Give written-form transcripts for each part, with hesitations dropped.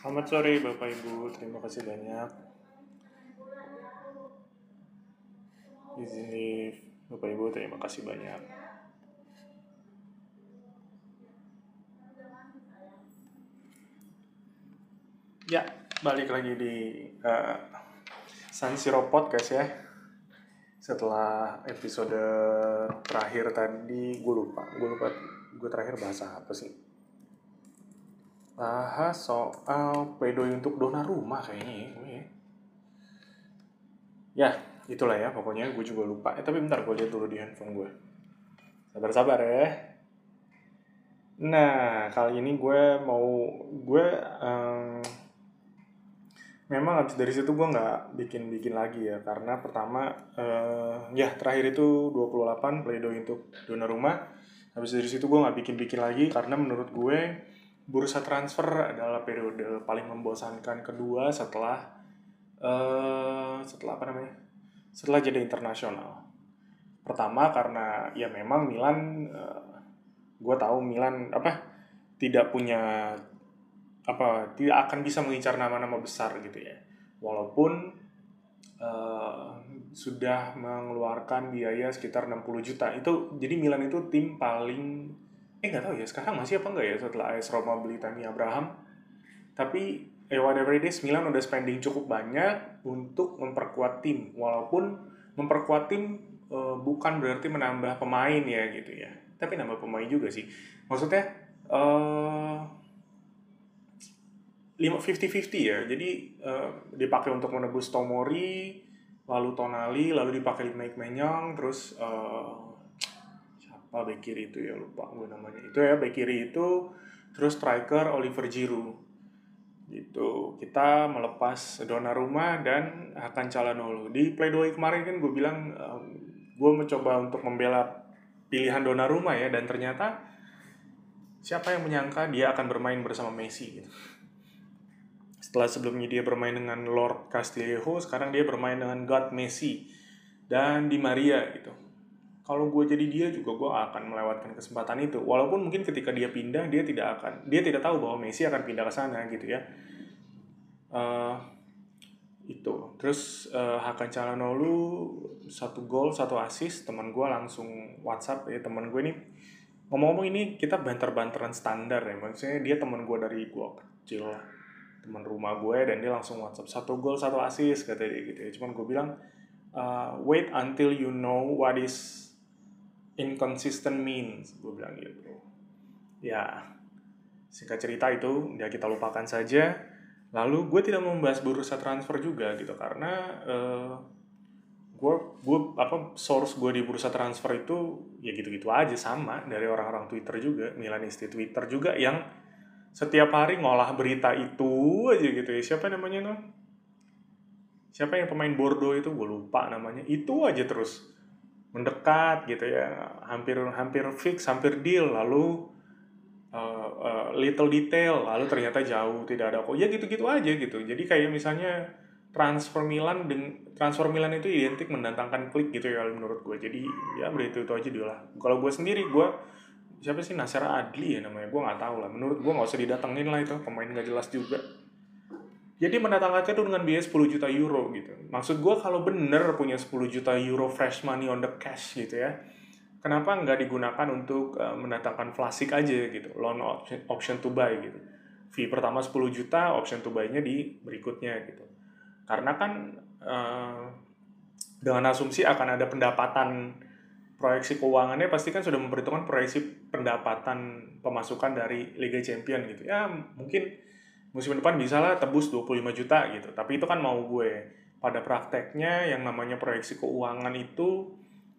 Selamat sore Bapak Ibu, terima kasih banyak. Di sini Bapak Ibu, terima kasih banyak. Ya, balik lagi di San Siro Podcast ya. Setelah episode terakhir tadi, gue lupa gue terakhir bahasa apa sih? Bahas soal pledoi untuk donor rumah kayaknya ya. Ya, itulah ya, pokoknya gue juga lupa. Tapi bentar, gue lihat dulu di handphone gue. Sabar-sabar ya. Nah, kali ini gue memang habis dari situ gue nggak bikin lagi ya, karena pertama ya terakhir itu 28 pledoi untuk donor rumah. Habis dari situ gue nggak bikin lagi karena menurut gue bursa transfer adalah periode paling membosankan kedua setelah apa namanya? Setelah jeda internasional. Pertama karena ya memang Milan gue tahu Milan tidak punya tidak akan bisa mengincar nama-nama besar gitu ya, walaupun sudah mengeluarkan biaya sekitar 60 juta itu. Jadi Milan itu tim paling nggak tahu ya sekarang masih apa enggak ya setelah AS Roma beli Tammy Abraham. Tapi whatever it is, Milan udah spending cukup banyak untuk memperkuat tim, walaupun memperkuat tim bukan berarti menambah pemain ya gitu ya, tapi nambah pemain juga sih. Maksudnya 50-50 ya. Jadi dipakai untuk menebus Tomori, lalu Tonali, lalu dipakai Mike Maignan, terus siapa bek kiri itu ya, lupa gue namanya. Itu ya bek kiri itu, terus striker Oliver Giroud. Gitu. Kita melepas Donnarumma dan Hakan Çalhanoğlu. Di pledoi kemarin kan gue bilang gue mencoba untuk membela pilihan Donnarumma ya, dan ternyata siapa yang menyangka dia akan bermain bersama Messi gitu. Setelah sebelumnya dia bermain dengan Lord Castillejo, sekarang dia bermain dengan God Messi dan Di Maria gitu. Kalau gue jadi dia juga gue akan melewatkan kesempatan itu. Walaupun mungkin ketika dia pindah dia tidak tahu bahwa Messi akan pindah ke sana gitu ya. Itu. Terus Hakan Çalhanoğlu 1 gol 1 assist. Teman gue langsung WhatsApp ya, teman gue ini ngomong-ngomong ini kita banter-banteran standar ya. Maksudnya dia teman gue dari gue kecil lah, teman rumah gue, dan dia langsung WhatsApp 1 gol 1 assist kata dia gitu ya. Cuman gue bilang wait until you know what is inconsistent means, gue bilang gitu ya. Singkat cerita itu ya kita lupakan saja. Lalu gue tidak membahas bursa transfer juga gitu karena gue source gue di bursa transfer itu ya gitu-gitu aja, sama dari orang-orang Twitter juga, Milanisti Twitter juga yang setiap hari ngolah berita itu aja gitu ya. Siapa namanya siapa yang pemain Bordeaux itu, gue lupa namanya, itu aja terus mendekat gitu ya, hampir fix, hampir deal, lalu little detail, lalu ternyata jauh, tidak ada kok ya, gitu-gitu aja gitu. Jadi kayak misalnya transfer Milan itu identik mendatangkan klik gitu ya menurut gue. Jadi ya berita itu aja lah. Kalau gue sendiri, siapa sih, Nasser Adli ya namanya, gue nggak tahu lah. Menurut gue nggak usah didatengin lah, itu pemain nggak jelas juga. Jadi mendatangkannya tuh dengan biaya 10 juta euro gitu. Maksud gue kalau bener punya 10 juta euro fresh money on the cash gitu ya, kenapa nggak digunakan untuk mendatangkan Vlasic aja gitu, loan option to buy gitu. Fee pertama 10 juta, option to buy-nya di berikutnya gitu. Karena kan dengan asumsi akan ada pendapatan, proyeksi keuangannya pasti kan sudah memperhitungkan proyeksi pendapatan pemasukan dari Liga Champion gitu. Ya mungkin musim depan bisa lah tebus 25 juta gitu. Tapi itu kan mau gue. Pada prakteknya yang namanya proyeksi keuangan itu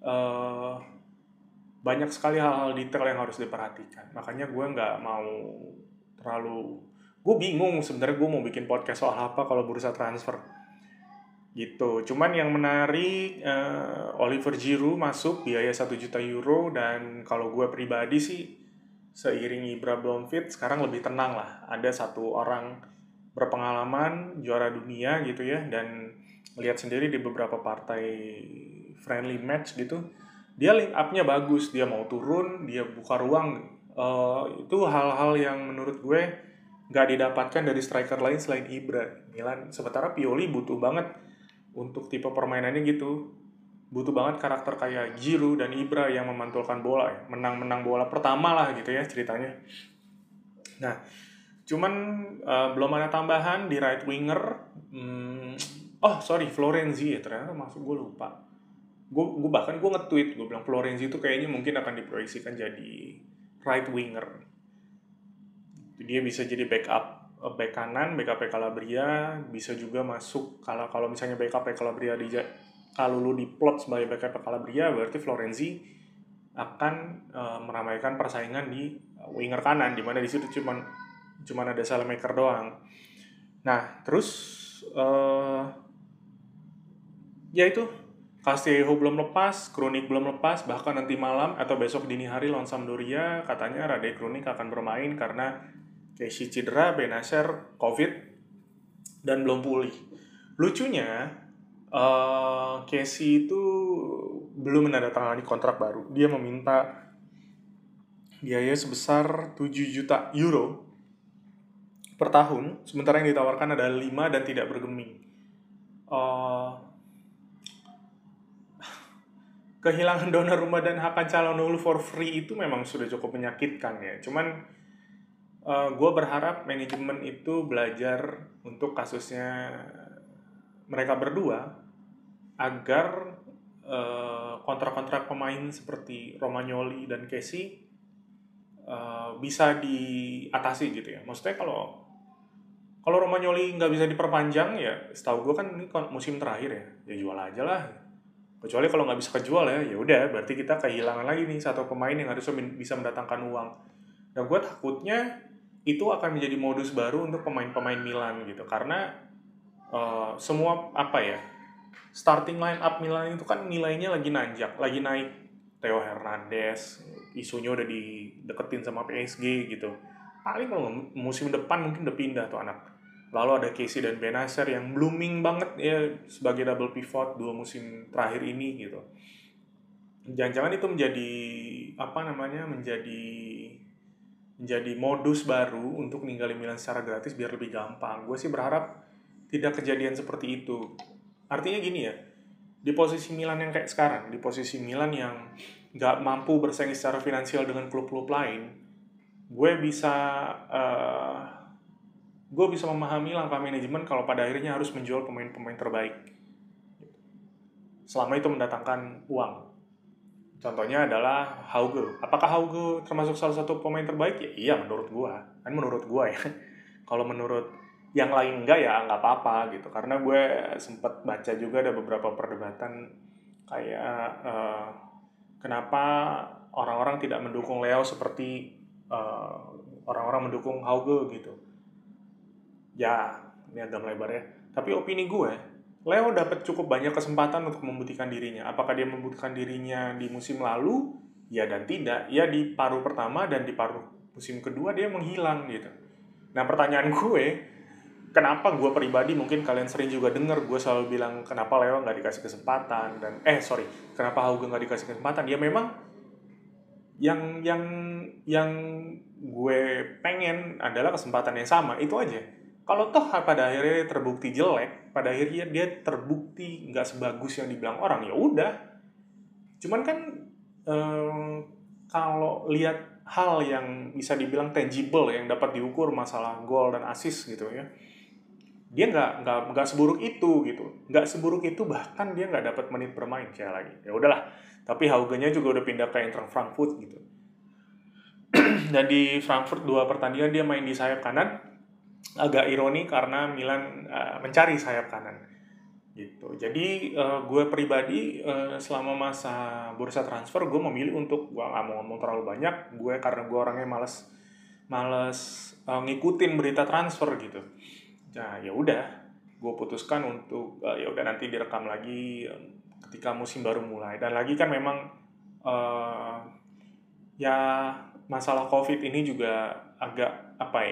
banyak sekali hal-hal detail yang harus diperhatikan. Makanya gue nggak mau terlalu, gue bingung sebenarnya gue mau bikin podcast soal apa kalau bursa transfer gitu. Cuman yang menarik Oliver Giroud masuk biaya 1 juta euro, dan kalau gue pribadi sih seiring Ibra belum fit, sekarang lebih tenang lah. Ada satu orang berpengalaman, juara dunia gitu ya, dan lihat sendiri di beberapa partai friendly match gitu, dia link up-nya bagus, dia mau turun, dia buka ruang. Itu hal-hal yang menurut gue nggak didapatkan dari striker lain selain Ibra. Milan, sementara Pioli butuh banget untuk tipe permainannya gitu. Butuh banget karakter kayak Giroud dan Ibra yang memantulkan bola ya. Menang-menang bola pertama lah gitu ya ceritanya. Nah, cuman belum ada tambahan di right winger. Florenzi ya ternyata masuk, gue lupa. Gue bahkan gue nge-tweet, gue bilang Florenzi itu kayaknya mungkin akan diproyeksikan jadi right winger. Dia bisa jadi back kanan, backup Calabria, bisa juga masuk kalau misalnya backup Calabria kalau lu diplot sebagai backup Calabria, berarti Florenzi akan meramaikan persaingan di winger kanan, di mana di situ cuman ada Salemaker doang. Nah, terus ya itu Castillejo belum lepas, Krunic belum lepas, bahkan nanti malam atau besok dini hari lawan Sampdoria katanya Rade Krunic akan bermain karena Casey cedera, Benacer COVID dan belum pulih. Lucunya Casey itu belum menandatangani kontrak baru. Dia meminta biaya sebesar 7 juta euro per tahun, sementara yang ditawarkan adalah 5 dan tidak bergeming. Kehilangan Donnarumma dan Hakan Calhanoglu for free itu memang sudah cukup menyakitkan ya. Cuman gue berharap manajemen itu belajar untuk kasusnya mereka berdua agar kontrak-kontrak pemain seperti Romagnoli dan Kessie bisa diatasi gitu ya. Maksudnya kalau Romagnoli nggak bisa diperpanjang ya, setahu gue kan ini musim terakhir ya jual aja lah. Kecuali kalau nggak bisa kejual ya udah berarti kita kehilangan lagi nih satu pemain yang harusnya bisa mendatangkan uang. Dan gue takutnya itu akan menjadi modus baru untuk pemain-pemain Milan gitu, karena semua starting line up Milan itu kan nilainya lagi nanjak, lagi naik. Theo Hernandez isunya udah dideketin sama PSG gitu. Paling kalau musim depan mungkin udah pindah tuh anak. Lalu ada Casey dan Benacer yang blooming banget ya sebagai double pivot 2 musim terakhir ini gitu. Jangan-jangan itu menjadi modus baru untuk ninggalin Milan secara gratis biar lebih gampang. Gue sih berharap tidak kejadian seperti itu. Artinya gini ya, di posisi Milan yang kayak sekarang, di posisi Milan yang nggak mampu bersaing secara finansial dengan klub-klub lain, gue bisa memahami langkah manajemen kalau pada akhirnya harus menjual pemain-pemain terbaik selama itu mendatangkan uang. Contohnya adalah Hauge. Apakah Hauge termasuk salah satu pemain terbaik? Ya iya menurut gue. Kan menurut gue ya. Kalau menurut yang lain enggak ya nggak apa-apa gitu. Karena gue sempat baca juga ada beberapa perdebatan kayak kenapa orang-orang tidak mendukung Leo seperti orang-orang mendukung Hauge gitu. Ya, ini agak melebar ya. Tapi opini gue, Leo dapat cukup banyak kesempatan untuk membuktikan dirinya. Apakah dia membuktikan dirinya di musim lalu? Ya dan tidak. Ya di paruh pertama dan di paruh musim kedua dia menghilang gitu. Nah pertanyaan gue, kenapa gue pribadi, mungkin kalian sering juga dengar gue selalu bilang kenapa Leo nggak dikasih kesempatan dan kenapa Hauge nggak dikasih kesempatan? Ya memang yang gue pengen adalah kesempatan yang sama, itu aja. Kalau toh pada akhirnya terbukti jelek, pada akhirnya dia terbukti nggak sebagus yang dibilang orang, ya udah. Cuman kan kalau lihat hal yang bisa dibilang tangible yang dapat diukur, masalah gol dan assist gitu ya, dia nggak seburuk itu gitu, nggak seburuk itu, bahkan dia nggak dapat menit bermain kayak lagi. Ya udahlah. Tapi Hauge-nya juga udah pindah ke Eintracht Frankfurt gitu. Dan di Frankfurt 2 pertandingan dia main di sayap kanan. Agak ironi karena Milan mencari sayap kanan gitu. Jadi gue pribadi selama masa bursa transfer gue memilih untuk gue nggak mau ngomong terlalu banyak. Karena gue orangnya males ngikutin berita transfer gitu. Nah ya udah, gue putuskan untuk ya udah nanti direkam lagi ketika musim baru mulai. Dan lagi kan memang ya masalah COVID ini juga agak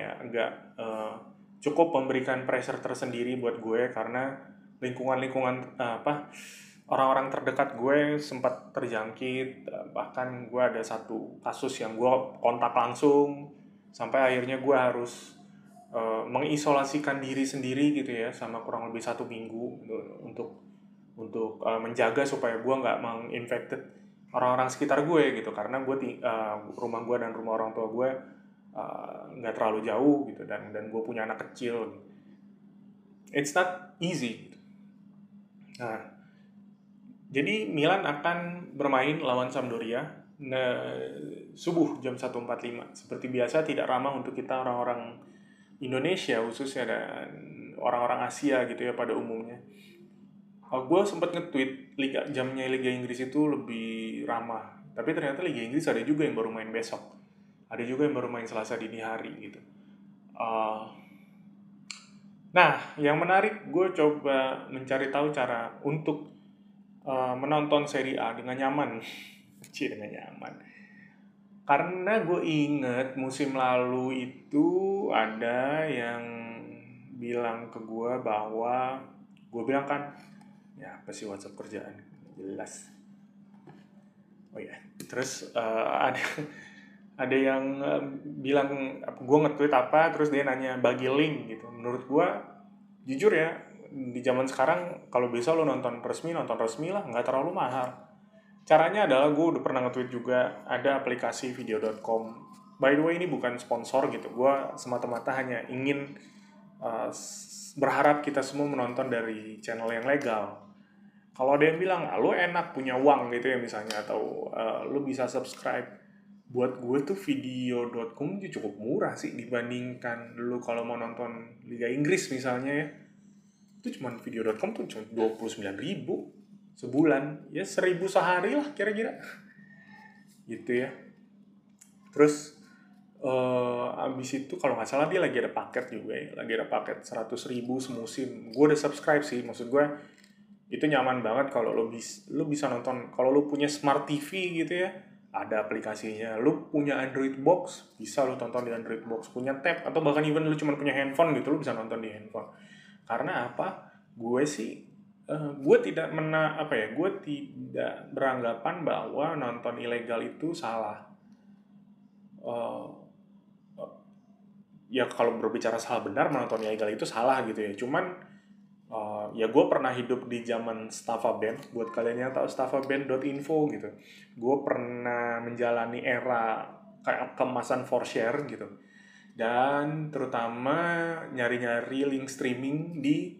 cukup memberikan pressure tersendiri buat gue, karena lingkungan orang-orang terdekat gue sempat terjangkit. Bahkan gue ada satu kasus yang gue kontak langsung sampai akhirnya gue harus mengisolasikan diri sendiri gitu ya, sama kurang lebih 1 minggu gitu, untuk menjaga supaya gue nggak menginfected orang-orang sekitar gue gitu, karena rumah gue dan rumah orang tua gue nggak terlalu jauh gitu, dan gue punya anak kecil gitu. It's not easy gitu. Nah, jadi Milan akan bermain lawan Sampdoria subuh jam 1.45. Seperti biasa tidak ramah untuk kita orang-orang Indonesia khususnya dan orang-orang Asia gitu ya pada umumnya. Gue sempat nge-tweet jamnya Liga Inggris itu lebih ramah. Tapi ternyata Liga Inggris ada juga yang baru main besok. Ada juga yang baru main Selasa dini hari gitu. Nah, yang menarik gue coba mencari tahu cara untuk menonton Serie A dengan nyaman. Dengan nyaman. Karena gue inget musim lalu itu ada yang bilang ke gue bahwa, gue bilang kan, ya apa sih WhatsApp kerjaan, jelas. Oh ya, terus ada yang bilang, gue nge-tweet apa, terus dia nanya bagi link gitu. Menurut gue, jujur ya, di zaman sekarang kalau bisa lo nonton resmi lah, nggak terlalu mahal. Caranya adalah, gue udah pernah nge-tweet juga, ada aplikasi video.com. By the way, ini bukan sponsor gitu. Gue semata-mata hanya ingin berharap kita semua menonton dari channel yang legal. Kalau ada yang bilang, lo enak punya uang gitu ya misalnya, atau lo bisa subscribe. Buat gue tuh video.com itu cukup murah sih dibandingkan lo kalau mau nonton Liga Inggris misalnya ya. Itu cuma video.com tuh cuma 29.000 sebulan, ya 1.000 sehari lah kira-kira gitu ya. Terus abis itu kalau nggak salah dia lagi ada paket juga ya, lagi ada paket 100.000 semusim. Gue udah subscribe sih, maksud gue itu nyaman banget kalau lo bisa nonton. Kalau lo punya smart TV gitu ya, ada aplikasinya. Lo punya Android box, bisa lo tonton di Android box. Punya tab, atau bahkan even lo cuma punya handphone gitu, lo bisa nonton di handphone. Karena apa? Gue sih gue tidak gue tidak beranggapan bahwa nonton ilegal itu salah. Ya kalau berbicara salah benar, menonton ilegal itu salah gitu ya. Cuman ya gue pernah hidup di zaman Staffa Band. Buat kalian yang tahu staffaband.info gitu, gue pernah menjalani era kayak kemasan for share gitu, dan terutama nyari-nyari link streaming di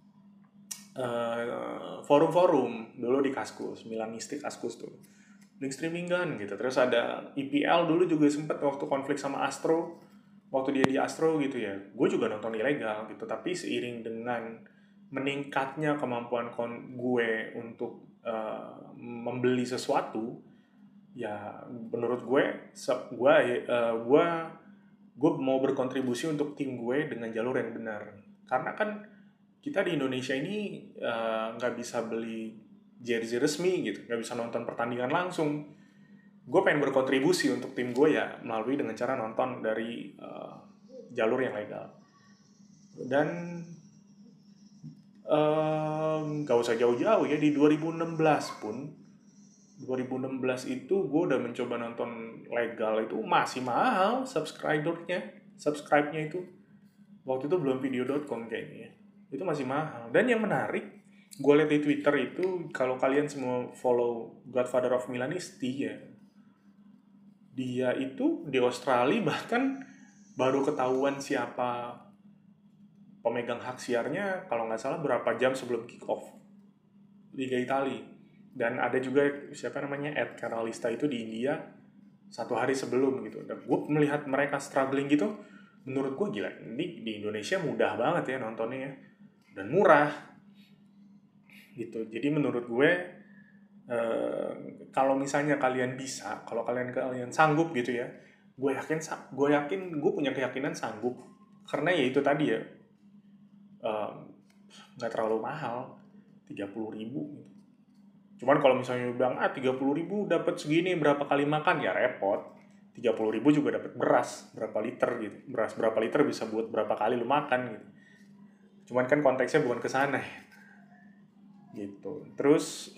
forum-forum dulu di Kaskus, Milanistik Kaskus tuh, link streaming kan gitu. Terus ada IPL dulu juga sempet waktu konflik sama Astro, waktu dia di Astro gitu ya, gue juga nonton ilegal gitu. Tapi seiring dengan meningkatnya kemampuan gue untuk membeli sesuatu, ya menurut gue mau berkontribusi untuk tim gue dengan jalur yang benar. Karena kan kita di Indonesia ini nggak bisa beli jersey resmi gitu, nggak bisa nonton pertandingan langsung. Gue pengen berkontribusi untuk tim gue ya melalui dengan cara nonton dari jalur yang legal. Dan nggak usah jauh-jauh ya, di 2016 itu gue udah mencoba nonton legal, itu masih mahal subscribe-nya itu. Waktu itu belum video.com kayaknya, itu masih mahal. Dan yang menarik, gue lihat di Twitter itu, kalau kalian semua follow Godfather of Milanisti ya, dia itu di Australia bahkan baru ketahuan siapa pemegang hak siarnya kalau nggak salah berapa jam sebelum kick off Liga Italia. Dan ada juga siapa namanya Ed Caralista itu di India 1 hari sebelum gitu. Dan gue melihat mereka struggling gitu, menurut gue gila, ini di Indonesia mudah banget ya nontonnya ya, dan murah gitu. Jadi menurut gue kalau misalnya kalian bisa, kalau kalian sanggup gitu ya, gue yakin gue punya keyakinan sanggup, karena ya itu tadi ya, nggak terlalu mahal, 30.000 gitu. Cuman kalau misalnya bilang 30.000 dapat segini berapa kali makan, ya repot. 30.000 juga dapat beras berapa liter gitu, beras berapa liter bisa buat berapa kali lu makan gitu. Cuman kan konteksnya bukan ke sana ya gitu. Terus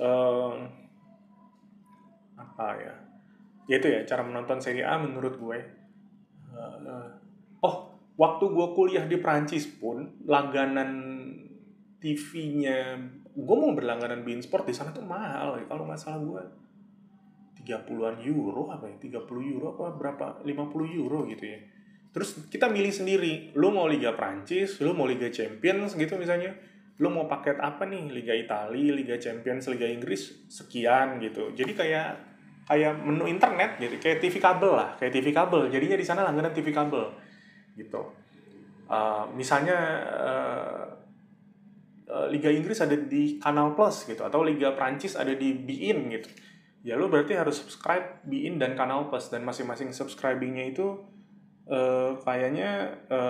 apa ya itu ya cara menonton Serie A menurut gue. Oh, waktu gue kuliah di Prancis pun langganan TV-nya, gue mau berlangganan beIN Sport di sana tuh mahal ya. Kalau nggak salah gue 30-an euro apa ya, 30 euro apa berapa, 50 euro gitu ya. Terus kita milih sendiri, lu mau Liga Prancis, lu mau Liga Champions gitu misalnya, lu mau paket apa nih, Liga Italia, Liga Champions, Liga Inggris, sekian gitu. Jadi kayak menu internet gitu, kayak TV kabel lah, kayak TV kabel. Jadinya di sana langganan TV kabel gitu. Misalnya Liga Inggris ada di Kanal Plus gitu, atau Liga Prancis ada di beIN gitu. Ya lu berarti harus subscribe beIN dan Kanal Plus, dan masing-masing subscribingnya itu kayaknya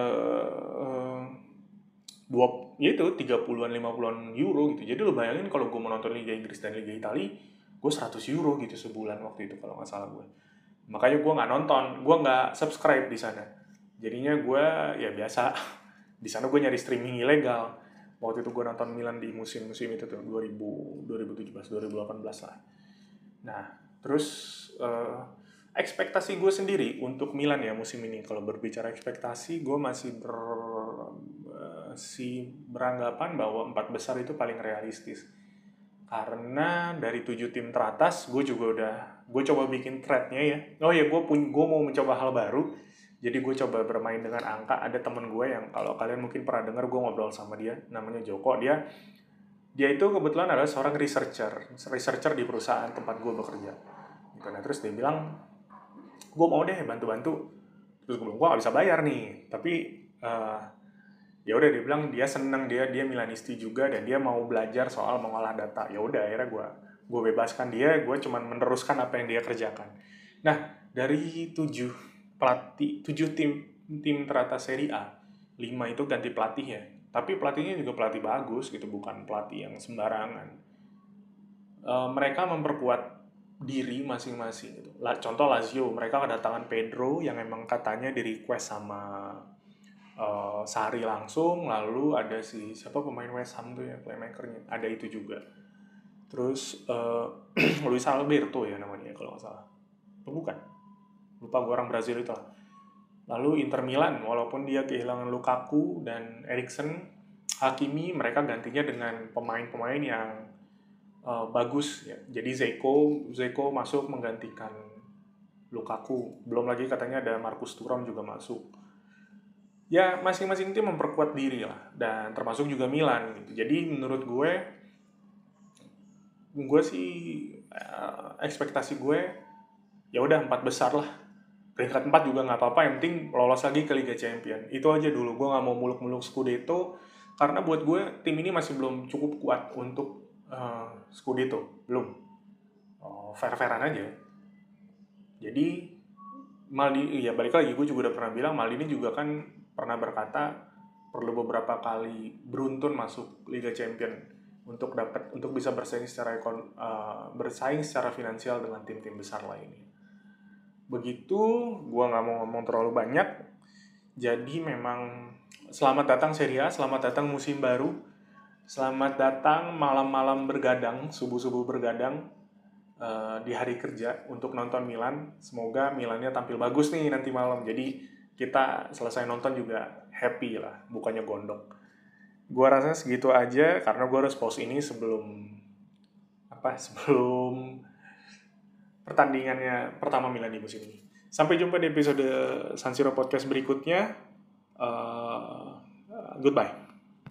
ya itu 30-an 50-an euro gitu. Jadi lu bayangin kalau gue mau nonton Liga Inggris dan Liga Italia, gue 100 euro gitu sebulan waktu itu kalau nggak salah gue. Makanya gue nggak nonton, gue nggak subscribe di sana. Jadinya gue ya biasa di sana gue nyari streaming ilegal. Waktu itu gue nonton Milan di musim-musim itu tuh 2017 2018 lah. Nah, terus ekspektasi gue sendiri untuk Milan ya musim ini, kalau berbicara ekspektasi, gue masih beranggapan bahwa 4 besar itu paling realistis. Karena dari 7 tim teratas, gue coba bikin thread-nya ya. Oh ya, gue mau mencoba hal baru. Jadi gue coba bermain dengan angka. Ada temen gue yang kalau kalian mungkin pernah dengar, gue ngobrol sama dia, namanya Joko. Dia itu kebetulan adalah seorang researcher di perusahaan tempat gue bekerja. Gitu. Nah, terus dia bilang, gue mau deh bantu-bantu. Terus gue bilang, gue gak bisa bayar nih. Tapi ya udah, dia bilang dia seneng, dia Milanisti juga, dan dia mau belajar soal mengolah data. Ya udah, akhirnya gue bebaskan dia, gue cuman meneruskan apa yang dia kerjakan. Nah, dari 7 tim teratas Serie A, 5 itu ganti pelatih ya. Tapi pelatihnya juga pelatih bagus gitu, bukan pelatih yang sembarangan. Mereka memperkuat diri masing-masing gitu. Contoh Lazio, mereka kedatangan Pedro yang emang katanya di request sama Sarri langsung. Lalu ada siapa pemain West Ham tuh ya, playmakernya, ada itu juga. Terus Luis Alberto ya namanya kalau nggak salah, bukan, lupa gue, orang Brazil itu lah. Lalu Inter Milan, walaupun dia kehilangan Lukaku dan Eriksen, Hakimi, mereka gantinya dengan pemain-pemain yang bagus ya. Jadi Zeko masuk menggantikan Lukaku. Belum lagi katanya ada Marcus Thuram juga masuk. Ya masing-masing tim memperkuat diri lah, dan termasuk juga Milan gitu. Jadi menurut gue sih ekspektasi gue ya udah 4 besar lah. Peringkat 4 juga nggak apa-apa, yang penting lolos lagi ke Liga Champion. Itu aja dulu, gue nggak mau muluk-muluk Scudetto, karena buat gue tim ini masih belum cukup kuat untuk Scudetto, belum. Fair-fairan aja. Jadi ya balik lagi, gue juga udah pernah bilang, Maldini juga kan pernah berkata perlu beberapa kali beruntun masuk Liga Champion untuk bisa bersaing secara finansial dengan tim-tim besar lainnya. Begitu, gue nggak mau ngomong terlalu banyak. Jadi memang selamat datang Serie A, selamat datang musim baru, selamat datang malam-malam bergadang, subuh-subuh bergadang di hari kerja untuk nonton Milan. Semoga Milannya tampil bagus nih nanti malam. Jadi kita selesai nonton juga happy lah, bukannya gondok. Gue rasa segitu aja, karena gue harus pause ini sebelum pertandingannya pertama Milan di musim ini. Sampai jumpa di episode San Siro Podcast berikutnya. Goodbye.